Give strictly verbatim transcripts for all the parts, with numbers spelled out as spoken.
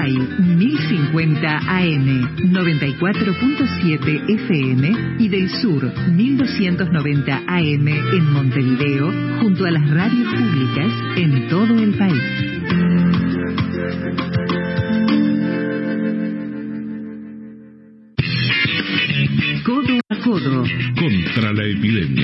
Uruguay mil cincuenta A M, noventa y cuatro punto siete F M y del Sur mil doscientos noventa A M en Montevideo, junto a las radios públicas en todo el país. Codo a codo contra la epidemia.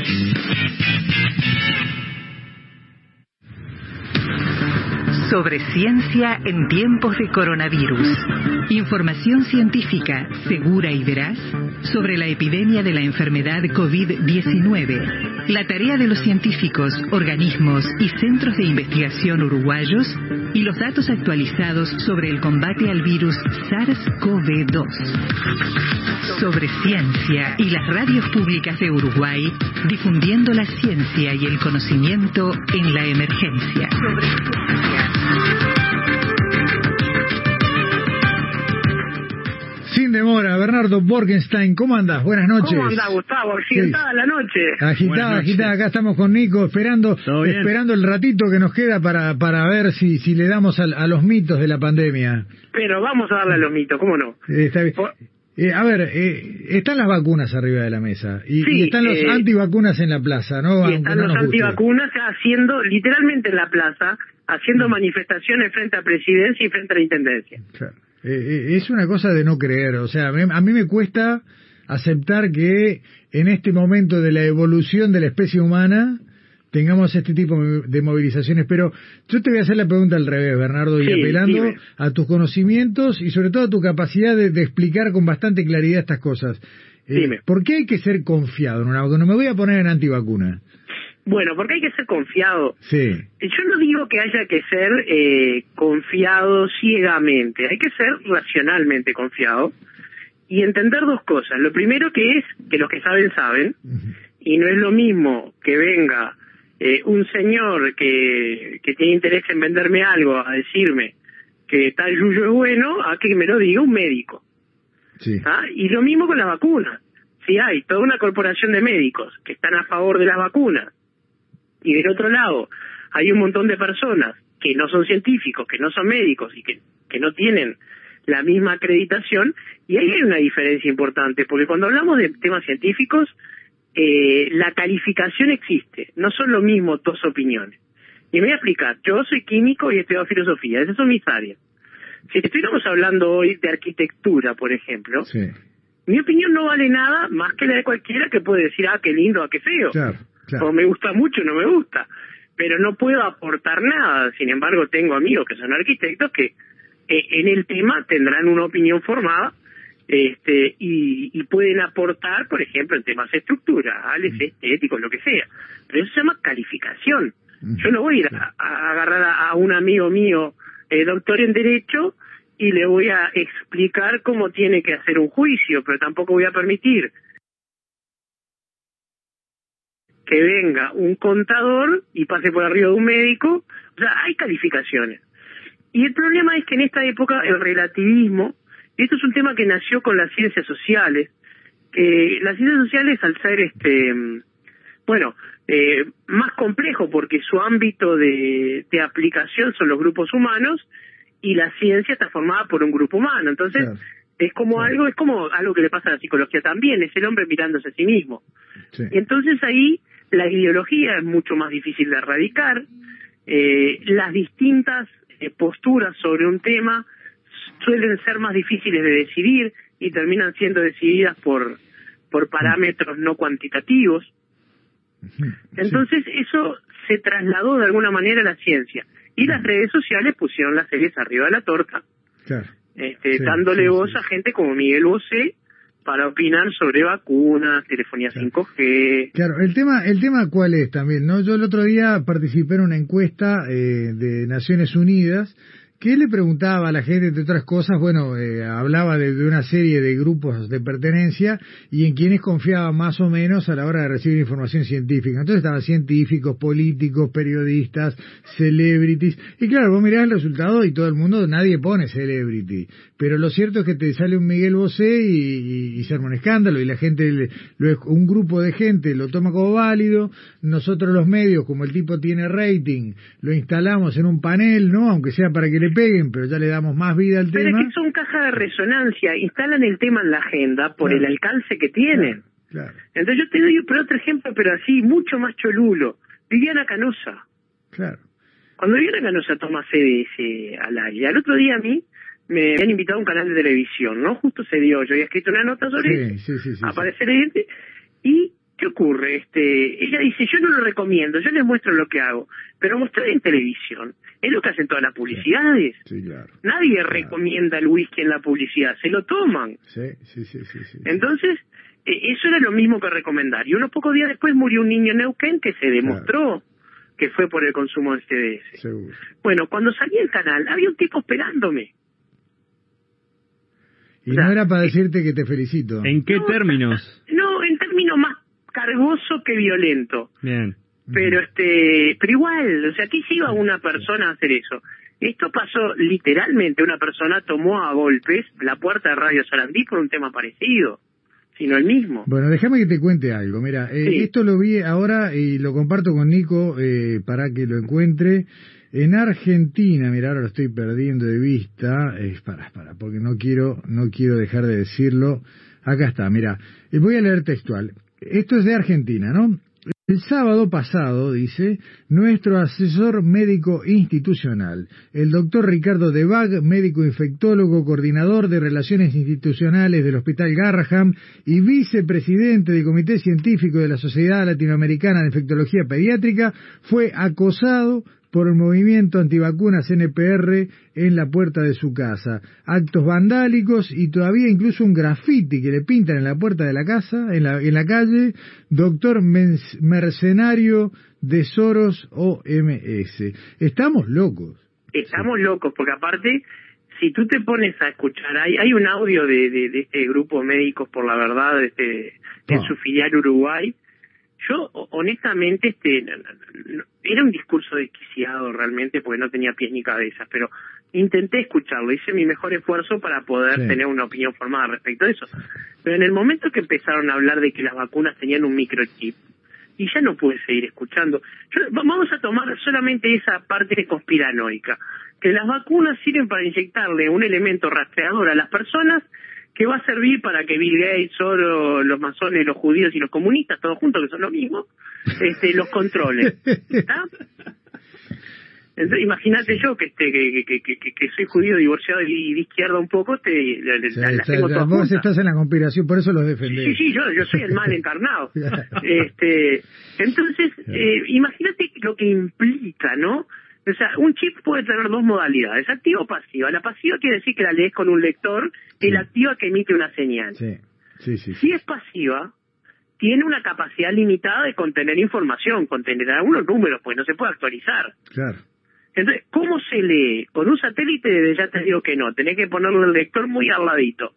Sobre ciencia en tiempos de coronavirus. Información científica segura y veraz sobre la epidemia de la enfermedad COVID diecinueve. La tarea de los científicos, organismos y centros de investigación uruguayos y los datos actualizados sobre el combate al virus SARS-CoV dos. Sobre ciencia y las radios públicas de Uruguay, difundiendo la ciencia y el conocimiento en la emergencia. Sobre ciencia. Sin demora, Bernardo Borgenstein, ¿cómo andás? Buenas noches. ¿Cómo andás, Gustavo? Agitada la noche. Agitada, agitada, acá estamos con Nico, esperando esperando el ratito que nos queda para para ver si si le damos a, a los mitos de la pandemia. Pero vamos a darle a los mitos, ¿cómo no? Eh, está bien. Por... Eh, a ver, eh, están las vacunas arriba de la mesa y, sí, y están los eh, antivacunas en la plaza, ¿no? Y están no los antivacunas haciendo, literalmente en la plaza, haciendo mm. manifestaciones frente a presidencia y frente a la intendencia. Claro. Eh, es una cosa de no creer, o sea, a mí me cuesta aceptar que en este momento de la evolución de la especie humana tengamos este tipo de movilizaciones, pero yo te voy a hacer la pregunta al revés, Bernardo, y sí, apelando dime. a tus conocimientos y sobre todo a tu capacidad de, de explicar con bastante claridad estas cosas. Eh, ¿Por qué hay que ser confiado en una vacuna? Me voy a poner en antivacuna. Bueno, porque hay que ser confiado. Sí. Yo no digo que haya que ser eh, confiado ciegamente, hay que ser racionalmente confiado y entender dos cosas. Lo primero que es que los que saben, saben, uh-huh. y no es lo mismo que venga eh, un señor que, que tiene interés en venderme algo a decirme que tal yuyo es bueno, a que me lo diga un médico. Sí. ¿Ah? Y lo mismo con las vacunas. Si hay toda una corporación de médicos que están a favor de las vacunas, y del otro lado hay un montón de personas que no son científicos, que no son médicos y que, que no tienen la misma acreditación, y ahí hay una diferencia importante, porque cuando hablamos de temas científicos, eh, la calificación existe, no son lo mismo dos opiniones. Y me voy a explicar, yo soy químico y he estudiado filosofía, esas son mis áreas. Si estuviéramos hablando hoy de arquitectura, por ejemplo, sí. mi opinión no vale nada más que la de cualquiera que puede decir, ah, qué lindo, ah, qué feo. Claro. Claro. O me gusta mucho, no me gusta, pero no puedo aportar nada. Sin embargo, tengo amigos que son arquitectos que eh, en el tema tendrán una opinión formada este y, y pueden aportar, por ejemplo, en temas estructurales, mm. estéticos, lo que sea. Pero eso se llama calificación. Mm. Yo no voy a ir a, a agarrar a, a un amigo mío, eh, doctor en Derecho, y le voy a explicar cómo tiene que hacer un juicio, pero tampoco voy a permitir que venga un contador y pase por arriba de un médico. O sea, hay calificaciones. Y el problema es que en esta época el relativismo, y esto es un tema que nació con las ciencias sociales, que las ciencias sociales al ser, este bueno, eh, más complejo porque su ámbito de, de aplicación son los grupos humanos y la ciencia está formada por un grupo humano. Entonces, claro. es como claro. algo, es como algo que le pasa a la psicología también, es el hombre mirándose a sí mismo. Sí. Y entonces ahí la ideología es mucho más difícil de erradicar, eh, las distintas eh, posturas sobre un tema suelen ser más difíciles de decidir y terminan siendo decididas por por parámetros no cuantitativos. Entonces eso se trasladó de alguna manera a la ciencia y las redes sociales pusieron las series arriba de la torta, claro. este, sí, dándole sí, voz sí. a gente como Miguel Bosé para opinar sobre vacunas, telefonía claro. cinco G. Claro, el tema, el tema cuál es también, ¿no? Yo el otro día participé en una encuesta eh, de Naciones Unidas que le preguntaba a la gente, entre otras cosas, bueno, eh, hablaba de, de una serie de grupos de pertenencia y en quienes confiaba más o menos a la hora de recibir información científica. Entonces estaban científicos, políticos, periodistas, celebrities, y claro, vos mirás el resultado y todo el mundo, nadie pone celebrity, pero lo cierto es que te sale un Miguel Bosé y, y, y se arma un escándalo y la gente, lo, un grupo de gente lo toma como válido. Nosotros los medios, como el tipo tiene rating, lo instalamos en un panel, ¿no? Aunque sea para que le le peguen, pero ya le damos más vida al pero tema. Pero es que son cajas de resonancia, instalan el tema en la agenda por claro. el alcance que tienen. Claro, claro. Entonces yo te doy pero otro ejemplo, pero así, mucho más cholulo. Viviana Canosa. Claro. Cuando Viviana Canosa toma C D S al aire, al otro día a mí me habían invitado a un canal de televisión, ¿no? Justo se dio, yo había escrito una nota sobre sí, sí, sí, sí, aparecer evidente. Y, ¿qué ocurre? Este, ella dice, yo no lo recomiendo, yo les muestro lo que hago, pero mostrar en televisión es lo que hacen todas las publicidades. Sí, sí, claro. Nadie claro. recomienda el whisky en la publicidad, se lo toman. Sí, sí, sí, sí. sí Entonces, eh, eso era lo mismo que recomendar. Y unos pocos días después murió un niño en Neuquén que se demostró claro. que fue por el consumo de C D S. Seguro. Bueno, cuando salí del canal, había un tipo esperándome. Y o sea, no era para decirte que te felicito. ¿En qué no, términos? No, en términos más cargoso que violento. Bien. Pero este, pero igual, o sea, ¿qué se iba una persona a hacer eso? Esto pasó literalmente, una persona tomó a golpes la puerta de Radio Sarandí por un tema parecido, sino el mismo. Bueno, déjame que te cuente algo. Mira, eh, sí. esto lo vi ahora y lo comparto con Nico eh, para que lo encuentre. En Argentina, mira, ahora lo estoy perdiendo de vista, eh, para, para, porque no quiero, no quiero dejar de decirlo. Acá está, mira, eh, voy a leer textual. Esto es de Argentina, ¿no? El sábado pasado, dice, nuestro asesor médico institucional, el doctor Ricardo Debag, médico infectólogo, coordinador de relaciones institucionales del Hospital Garraham y vicepresidente del Comité Científico de la Sociedad Latinoamericana de Infectología Pediátrica, fue acosado por el movimiento antivacunas N P R en la puerta de su casa. Actos vandálicos y todavía incluso un grafiti que le pintan en la puerta de la casa, en la, en la calle, doctor mercenario de Soros O M S. Estamos locos. Estamos sí. locos, porque aparte, si tú te pones a escuchar, hay, hay un audio de, de, de este grupo Médicos por la Verdad, de este, en oh. su filial Uruguay. Yo, honestamente, este no, no, no, era un discurso desquiciado realmente, porque no tenía pies ni cabezas, pero intenté escucharlo, hice mi mejor esfuerzo para poder sí. tener una opinión formada respecto a eso. Pero en el momento que empezaron a hablar de que las vacunas tenían un microchip, y ya no pude seguir escuchando, yo, vamos a tomar solamente esa parte conspiranoica, que las vacunas sirven para inyectarle un elemento rastreador a las personas que va a servir para que Bill Gates, Soros, los masones, los judíos y los comunistas, todos juntos, que son lo mismo, este, los controles. ¿Ah? Entonces, imagínate yo que, este, que, que, que, que, que soy judío divorciado y de izquierda un poco, te, sí, la, la tengo todas vos juntas. Estás en la conspiración, por eso los defendés. Sí, sí, yo, yo soy el mal encarnado. este, entonces, eh, imagínate lo que implica, ¿no? O sea, un chip puede tener dos modalidades, activa o pasiva. La pasiva quiere decir que la lees con un lector, y sí. la activa que emite una señal. Sí. Sí, sí, sí. Si es pasiva, tiene una capacidad limitada de contener información, contener algunos números, pues no se puede actualizar. Claro. Entonces, ¿cómo se lee? Con un satélite ya te digo que no, tenés que ponerle el lector muy al ladito.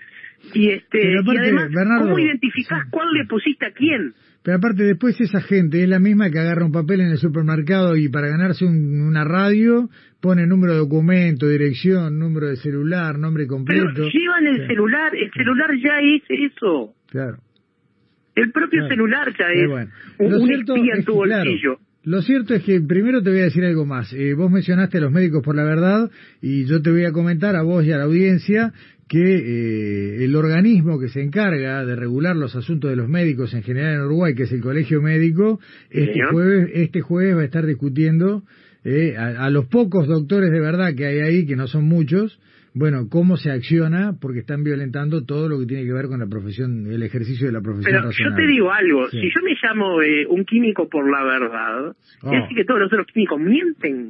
Y este aparte, y además, Bernardo, ¿cómo identificás sí. cuál le pusiste a quién? Pero aparte después esa gente es la misma que agarra un papel en el supermercado y para ganarse un, una radio pone número de documento, dirección, número de celular, nombre completo. Pero llevan el sí. celular, el celular ya es eso. Claro. El propio claro. celular ya es bueno. un, un cierto espía en es tu que, bolsillo. Claro, lo cierto es que primero te voy a decir algo más. Eh, vos mencionaste a los Médicos por la Verdad y yo te voy a comentar a vos y a la audiencia que eh, el organismo que se encarga de regular los asuntos de los médicos en general en Uruguay, que es el Colegio Médico, este jueves, este jueves va a estar discutiendo eh, a, a los pocos doctores de verdad que hay ahí, que no son muchos, bueno, cómo se acciona, porque están violentando todo lo que tiene que ver con la profesión, el ejercicio de la profesión Pero racional. Yo te digo algo, sí. si yo me llamo eh, un químico por la verdad, oh. es decir que todos los otros químicos mienten.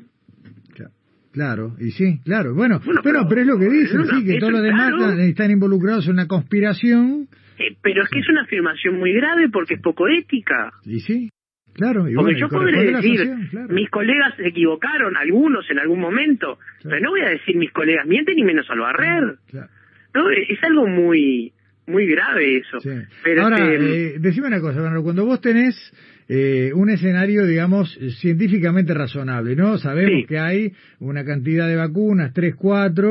Claro, y sí, claro. Bueno, bueno pero, pero, pero es lo que dicen, sí, que todos los demás claro. están involucrados en una conspiración. Eh, pero es que es una afirmación muy grave porque es poco ética. Y sí, claro. Y porque bueno, yo podré decir, función, claro. mis colegas se equivocaron, algunos en algún momento, claro. pero no voy a decir mis colegas mienten ni menos al barrer. Claro. No, es algo muy muy grave eso. Sí. Pero Ahora, este, eh, decime una cosa, Bernardo, cuando vos tenés eh, un escenario, digamos, científicamente razonable, ¿no? Sabemos sí. que hay una cantidad de vacunas, tres, cuatro,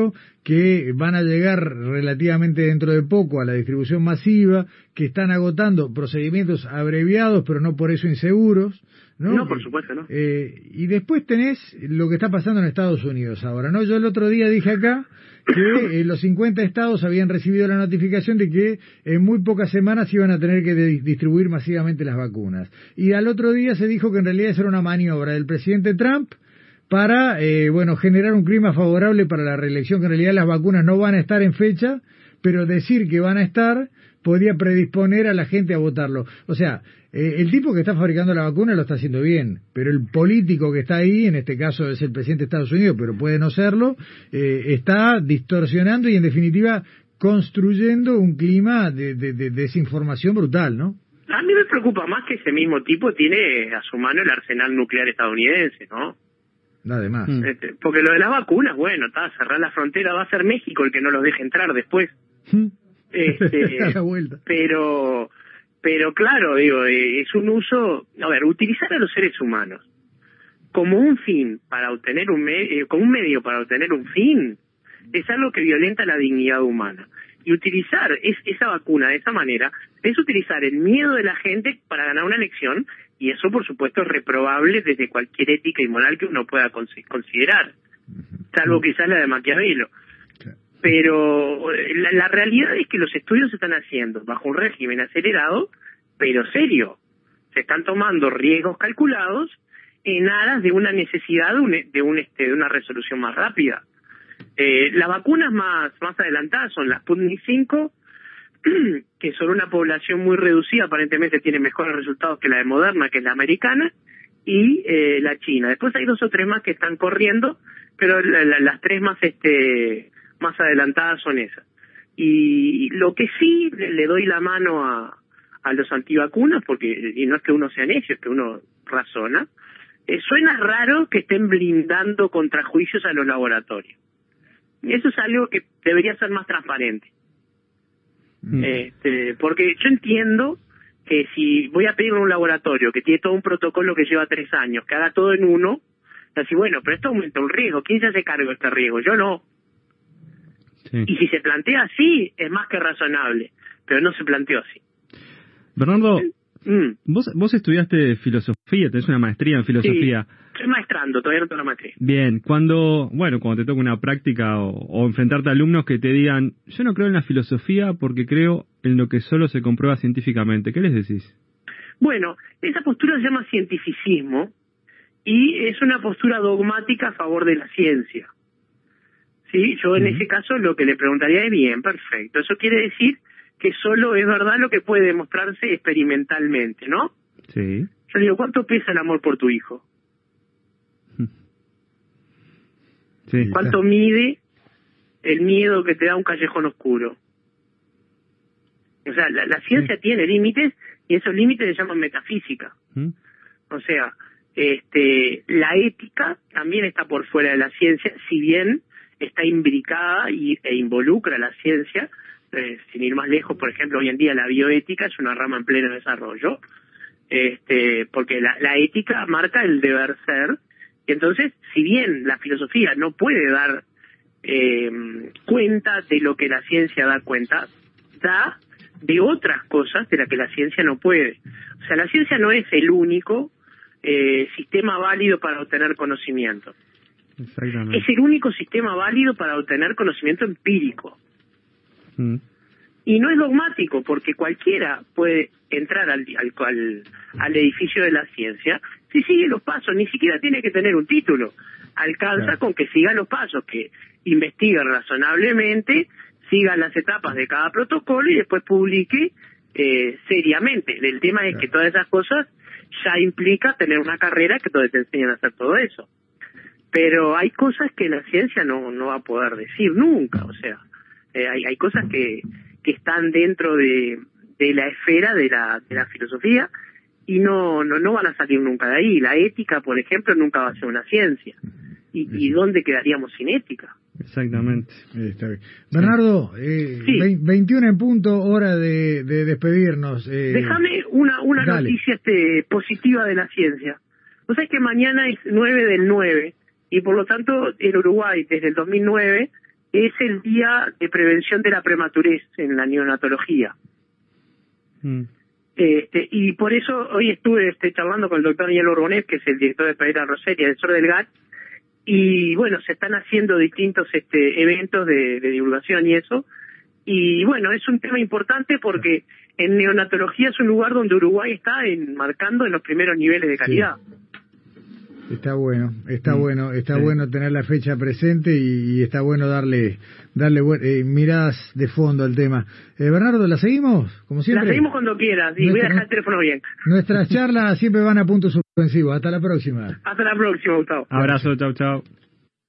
que van a llegar relativamente dentro de poco a la distribución masiva, que están agotando procedimientos abreviados, pero no por eso inseguros, ¿no? No, por supuesto, ¿no? Eh, y después tenés lo que está pasando en Estados Unidos ahora, ¿no? Yo el otro día dije acá que eh, los cincuenta estados habían recibido la notificación de que en muy pocas semanas iban a tener que de- distribuir masivamente las vacunas. Y al otro día se dijo que en realidad esa era una maniobra del presidente Trump para, eh, bueno, generar un clima favorable para la reelección, que en realidad las vacunas no van a estar en fecha, pero decir que van a estar podría predisponer a la gente a votarlo. O sea, eh, el tipo que está fabricando la vacuna lo está haciendo bien, pero el político que está ahí, en este caso es el presidente de Estados Unidos, pero puede no serlo, eh, está distorsionando y en definitiva construyendo un clima de, de, de desinformación brutal, ¿no? A mí me preocupa más que ese mismo tipo tiene a su mano el arsenal nuclear estadounidense, ¿no? Además. Mm. Este, porque lo de las vacunas, bueno, está, cerrar la frontera, va a ser México el que no los deje entrar después. Este, A la vuelta. pero, pero claro, digo, eh, es un uso, a ver, utilizar a los seres humanos como un fin para obtener un me- eh, como un medio para obtener un fin es algo que violenta la dignidad humana. Y utilizar es, esa vacuna de esa manera es utilizar el miedo de la gente para ganar una elección, y eso por supuesto es reprobable desde cualquier ética y moral que uno pueda cons- considerar, salvo quizás la de Maquiavelo. Pero la, la realidad es que los estudios se están haciendo bajo un régimen acelerado, pero serio. Se están tomando riesgos calculados en aras de una necesidad de, un, de, un, este, de una resolución más rápida. Eh, las vacunas más, más adelantadas son las Sputnik cinco, que sobre una población muy reducida aparentemente tiene mejores resultados que la de Moderna, que es la americana, y eh, la china. Después hay dos o tres más que están corriendo, pero la, la, las tres más este más adelantadas son esas. Y lo que sí le, le doy la mano a, a los antivacunas, porque y no es que uno sea necio, es que uno razona, eh, suena raro que estén blindando contra juicios a los laboratorios. Eso es algo que debería ser más transparente. Mm. Este, porque yo entiendo que si voy a pedirle a un laboratorio que tiene todo un protocolo que lleva tres años, que haga todo en uno, así, bueno, pero esto aumenta un riesgo. ¿Quién se hace cargo de este riesgo? Yo no. Sí. Y si se plantea así, es más que razonable, pero no se planteó así. Bernardo, mm. vos, vos estudiaste filosofía, tenés una maestría en filosofía. Sí, estoy maestrando, todavía no tengo la maestría. Bien, cuando, bueno, cuando te toca una práctica o, o enfrentarte a alumnos que te digan, yo no creo en la filosofía porque creo en lo que solo se comprueba científicamente, ¿qué les decís? Bueno, esa postura se llama cientificismo y es una postura dogmática a favor de la ciencia. Sí, yo en uh-huh. ese caso lo que le preguntaría es bien, perfecto. Eso quiere decir que solo es verdad lo que puede demostrarse experimentalmente, ¿no? Sí. Yo digo, ¿cuánto pesa el amor por tu hijo? Sí. ¿Cuánto mide el miedo que te da un callejón oscuro? O sea, la, la ciencia sí. tiene límites y esos límites se llaman metafísica. ¿Mm? O sea, este, la ética también está por fuera de la ciencia, si bien está imbricada y, e involucra la ciencia, eh, sin ir más lejos, por ejemplo, hoy en día la bioética es una rama en pleno desarrollo, este, porque la, la ética marca el deber ser, y entonces, si bien la filosofía no puede dar eh, cuenta de lo que la ciencia da cuenta, da de otras cosas de las que la ciencia no puede. O sea, la ciencia no es el único eh, sistema válido para obtener conocimiento. Exactamente. Es el único sistema válido para obtener conocimiento empírico. Mm. Y no es dogmático, porque cualquiera puede entrar al, al, al, al edificio de la ciencia si sigue los pasos, ni siquiera tiene que tener un título. Alcanza claro. con que siga los pasos, que investigue razonablemente, siga las etapas de cada protocolo y después publique eh, seriamente. El tema es claro. que todas esas cosas ya implica tener una carrera que te enseñan a hacer todo eso. Pero hay cosas que la ciencia no no va a poder decir nunca, o sea, eh, hay hay cosas que que están dentro de de la esfera de la de la filosofía y no no no van a salir nunca de ahí. La ética, por ejemplo, nunca va a ser una ciencia. ¿Y, y dónde quedaríamos sin ética? Exactamente. Está bien. Bernardo, eh, sí. veintiuno en punto, hora de, de despedirnos. Eh, Déjame una una dale. noticia este positiva de la ciencia. Vos sabés que mañana es nueve del nueve y por lo tanto en Uruguay desde el dos mil nueve es el Día de Prevención de la Prematurez en la neonatología. Mm. Este, y por eso hoy estuve este, charlando con el doctor Daniel Borbonet, que es el director de Pereira Rossetti, asesor del G A T, y bueno, se están haciendo distintos este, eventos de, de divulgación y eso, y bueno, es un tema importante porque en neonatología es un lugar donde Uruguay está enmarcando en los primeros niveles de calidad. Sí. Está bueno, está mm, bueno, está sí. bueno tener la fecha presente y, y está bueno darle darle eh, miradas de fondo al tema. Eh, Bernardo, ¿la seguimos? Como siempre. La seguimos cuando quieras y Nuestra, voy a dejar el teléfono bien. Nuestras charlas siempre van a puntos suspensivos. Hasta la próxima. Hasta la próxima, Gustavo. Abrazo, chau, chau.